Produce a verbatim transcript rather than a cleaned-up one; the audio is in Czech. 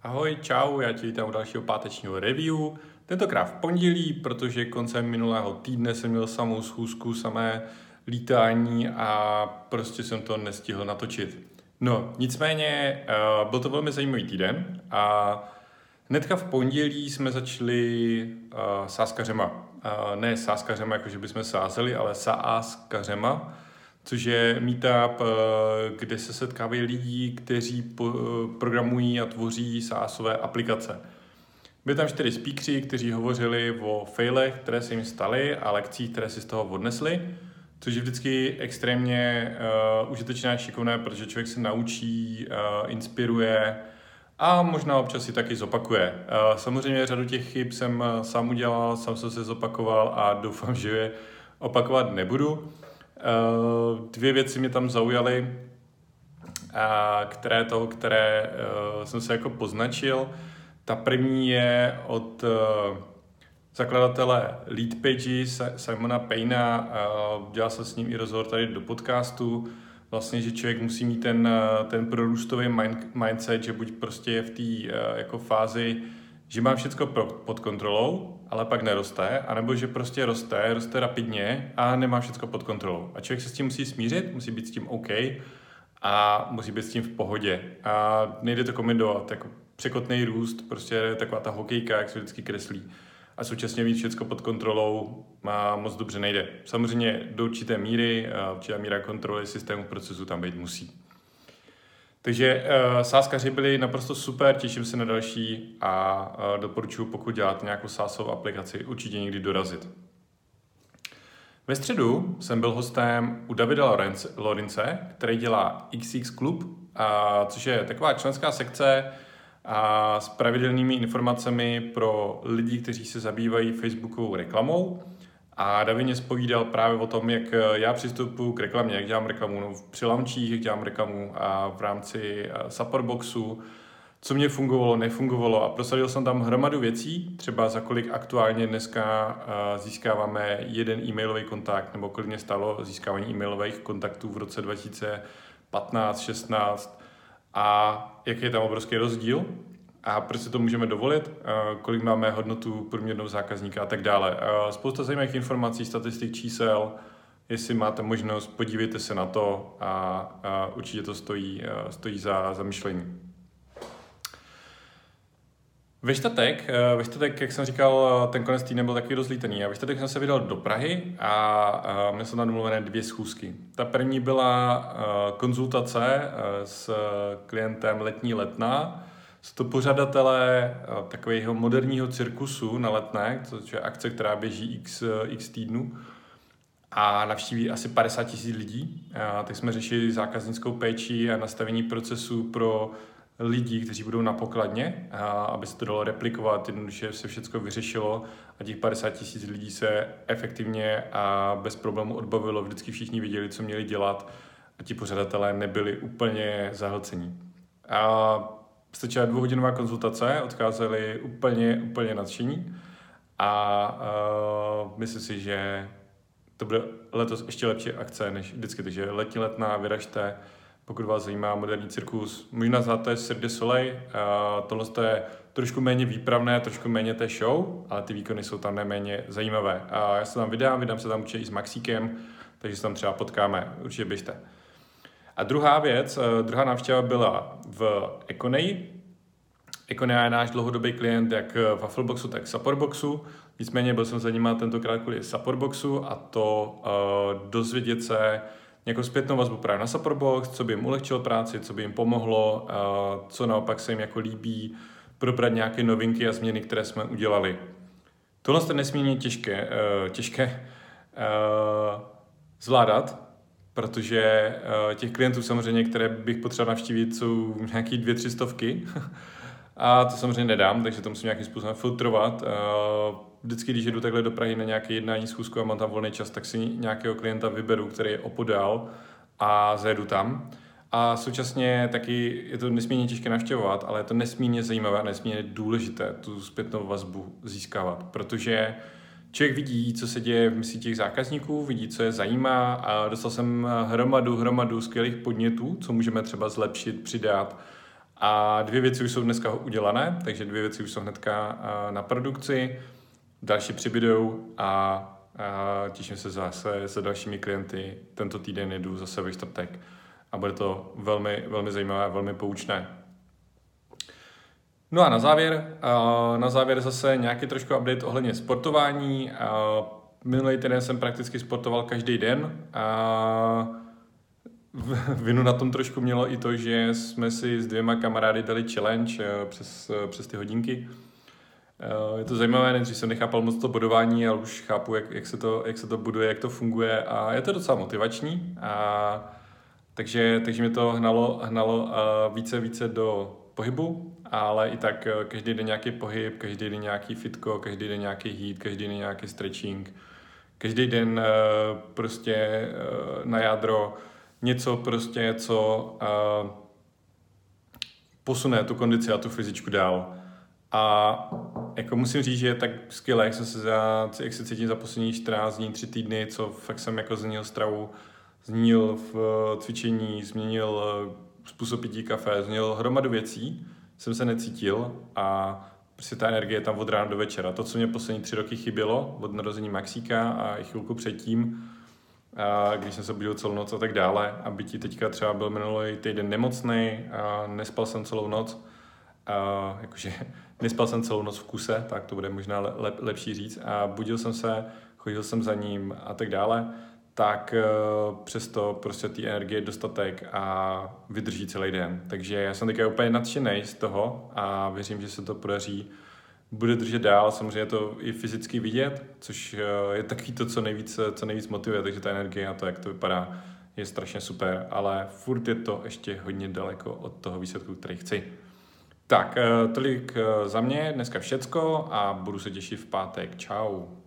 Ahoj, čau, já tě vítám u dalšího pátečního review. Tentokrát v pondělí, protože koncem minulého týdne jsem měl samou schůzku, samé lítání a prostě jsem to nestihl natočit. No, nicméně uh, byl to velmi zajímavý týden a hnedka v pondělí jsme začali uh, sáskařema. Uh, ne sáskařema, jakože bychom sázeli, ale sáskařema, což je meetup, kde se setkávají lidi, kteří programují a tvoří SaaSové aplikace. Byli tam čtyři speakři, kteří hovořili o failech, které se jim staly a lekcích, které si z toho odnesli, což je vždycky extrémně uh, užitečné a šikovné, protože člověk se naučí, uh, inspiruje a možná občas si taky zopakuje. Uh, samozřejmě řadu těch chyb jsem sám udělal, sám jsem se zopakoval a doufám, že je opakovat nebudu. Dvě věci mě tam zaujaly, které toho, které jsem se jako poznačil. Ta první je od zakladatele Leadpage, Simona Payna, dělal jsem s ním i rozhovor tady do podcastu, vlastně, že člověk musí mít ten, ten prorůstový mindset, že buď prostě je v té jako fázi, že má všechno pod kontrolou, ale pak neroste, anebo že prostě roste, roste rapidně a nemá všechno pod kontrolou. A člověk se s tím musí smířit, musí být s tím OK a musí být s tím v pohodě. A nejde to kombinovat, jako překotný růst, prostě taková ta hokejka, jak se vždycky kreslí. A současně mít všechno pod kontrolou má moc dobře nejde. Samozřejmě do určité míry, určitá míra kontroly systému procesu tam být musí. Takže uh, sáskaři byli naprosto super, těším se na další a uh, doporučuji, pokud děláte nějakou SaaSovou aplikaci, určitě někdy dorazit. Ve středu jsem byl hostem u Davida Lorince, který dělá X X Club, uh, což je taková členská sekce uh, s pravidelnými informacemi pro lidi, kteří se zabývají Facebookovou reklamou. A David mě zpovídal právě o tom, jak já přistupuji k reklamě, jak dělám reklamu no, při launchích, jak dělám reklamu a v rámci Supportboxu, co mě fungovalo, nefungovalo a prosadil jsem tam hromadu věcí, třeba za kolik aktuálně dneska získáváme jeden e-mailový kontakt, nebo kolik mě stálo získávání e-mailových kontaktů v roce dva tisíce patnáct šestnáct a jaký je tam obrovský rozdíl. A proč si to můžeme dovolit, kolik máme hodnotu průměrnou zákazníka a tak dále. Spousta zajímavých informací, statistik, čísel, jestli máte možnost, podívejte se na to a, a určitě to stojí, stojí za zamyšlení. Ve čtvrtek, ve čtvrtek, jak jsem říkal, ten konec týdne byl takový rozlítený a ve čtvrtek jsem se vydal do Prahy a měl jsem tam domluvené dvě schůzky. Ta první byla konzultace s klientem Letní Letná. Jsou to pořadatelé takového moderního cirkusu na Letné, což je akce, která běží x, x týdnů a navštíví asi padesát tisíc lidí. A tak jsme řešili zákaznickou péči a nastavení procesů pro lidi, kteří budou na pokladně, a aby se to dalo replikovat, jednoduše se všechno vyřešilo a těch padesát tisíc lidí se efektivně a bez problémů odbavilo. Vždycky všichni věděli, co měli dělat a ti pořadatelé nebyli úplně zahlcení. A stačila dvouhodinová konzultace, odcházeli úplně, úplně nadšení a uh, myslím si, že to bude letos ještě lepší akce než vždycky, takže Letní Letná, vyražte, pokud vás zajímá moderní cirkus. Možná znáte Cirque du Soleil, uh, tohle je trošku méně výpravné, trošku méně té show, ale ty výkony jsou tam neméně zajímavé. A já se tam vydám, vydám se tam určitě i s Maxíkem, takže se tam třeba potkáme, určitě běžte. A druhá věc, druhá návštěva byla v Econeyi. Econeya je náš dlouhodobý klient jak v Waffleboxu, tak v Supportboxu. Nicméně byl jsem za nima tentokrát kvůli Supportboxu a to uh, dozvědět se nějakou zpětnou vazbu právě na Supportbox, co by jim ulehčilo práci, co by jim pomohlo, uh, co naopak se jim jako líbí, probrat nějaké novinky a změny, které jsme udělali. Tohle je nesmírně těžké, uh, těžké uh, zvládat, protože uh, těch klientů samozřejmě, které bych potřeboval navštívit, jsou nějaký dvě, tři stovky a to samozřejmě nedám, takže to musím nějakým způsobem filtrovat. Uh, vždycky, když jdu takhle do Prahy na nějaké jednání schůzku a mám tam volný čas, tak si nějakého klienta vyberu, který je opodál a zajedu tam. A současně taky je to nesmírně těžké navštěvovat, ale je to nesmírně zajímavé a nesmírně důležité tu zpětnou vazbu získávat, protože člověk vidí, co se děje v mysli těch zákazníků, vidí, co je zajímá a dostal jsem hromadu, hromadu skvělých podnětů, co můžeme třeba zlepšit, přidat A dvě věci už jsou dneska udělané, takže dvě věci už jsou hnedka na produkci, další přibydou a, a těším se zase se dalšími klienty. Tento týden jedu zase ve čtvrtek a bude to velmi, velmi zajímavé a velmi poučné. No a na závěr, na závěr zase nějaký trošku update ohledně sportování. Minulý týden jsem prakticky sportoval každý den a vinu na tom trošku mělo i to, že jsme si s dvěma kamarády dali challenge přes, přes ty hodinky. Je to zajímavé, nejdřív jsem nechápal moc to bodování, ale už chápu, jak, jak, se to, jak se to buduje, jak to funguje a je to docela motivační. A, takže, takže mě to hnalo, hnalo více více do pohybu, ale i tak každý den nějaký pohyb, každý den nějaký fitko, každý den nějaký heat, každý den nějaký stretching, každý den prostě na jádro něco prostě, co uh, posune tu kondici a tu fyzičku dál. A jako musím říct, že je tak skvělé, jak, jsem se za, jak se cítím za poslední čtrnáct dní, tři týdny, co fakt jsem jako změnil stravu, změnil v cvičení, změnil způsob pití kafe, změnil hromadu věcí, jsem se necítil a prostě ta energie je tam od rána do večera. To, co mě poslední tři roky chybělo, od narození Maxíka a i chvilku předtím, a když jsem se budil celou noc a tak dále, a byť teďka třeba byl minulý týden nemocnej a nespal jsem celou noc, a jakože nespal jsem celou noc v kuse, tak to bude možná lep, lepší říct, a budil jsem se, chodil jsem za ním a tak dále, tak uh, přesto prostě té energie je dostatek a vydrží celý den. Takže já jsem teďka úplně nadšenej z toho a věřím, že se to podaří bude držet dál, samozřejmě je to i fyzicky vidět, což je takový to, co nejvíc, co nejvíc motivuje, takže ta energie a to, jak to vypadá, je strašně super, ale furt je to ještě hodně daleko od toho výsledku, který chci. Tak, tolik za mě, dneska všecko a budu se těšit v pátek. Čau.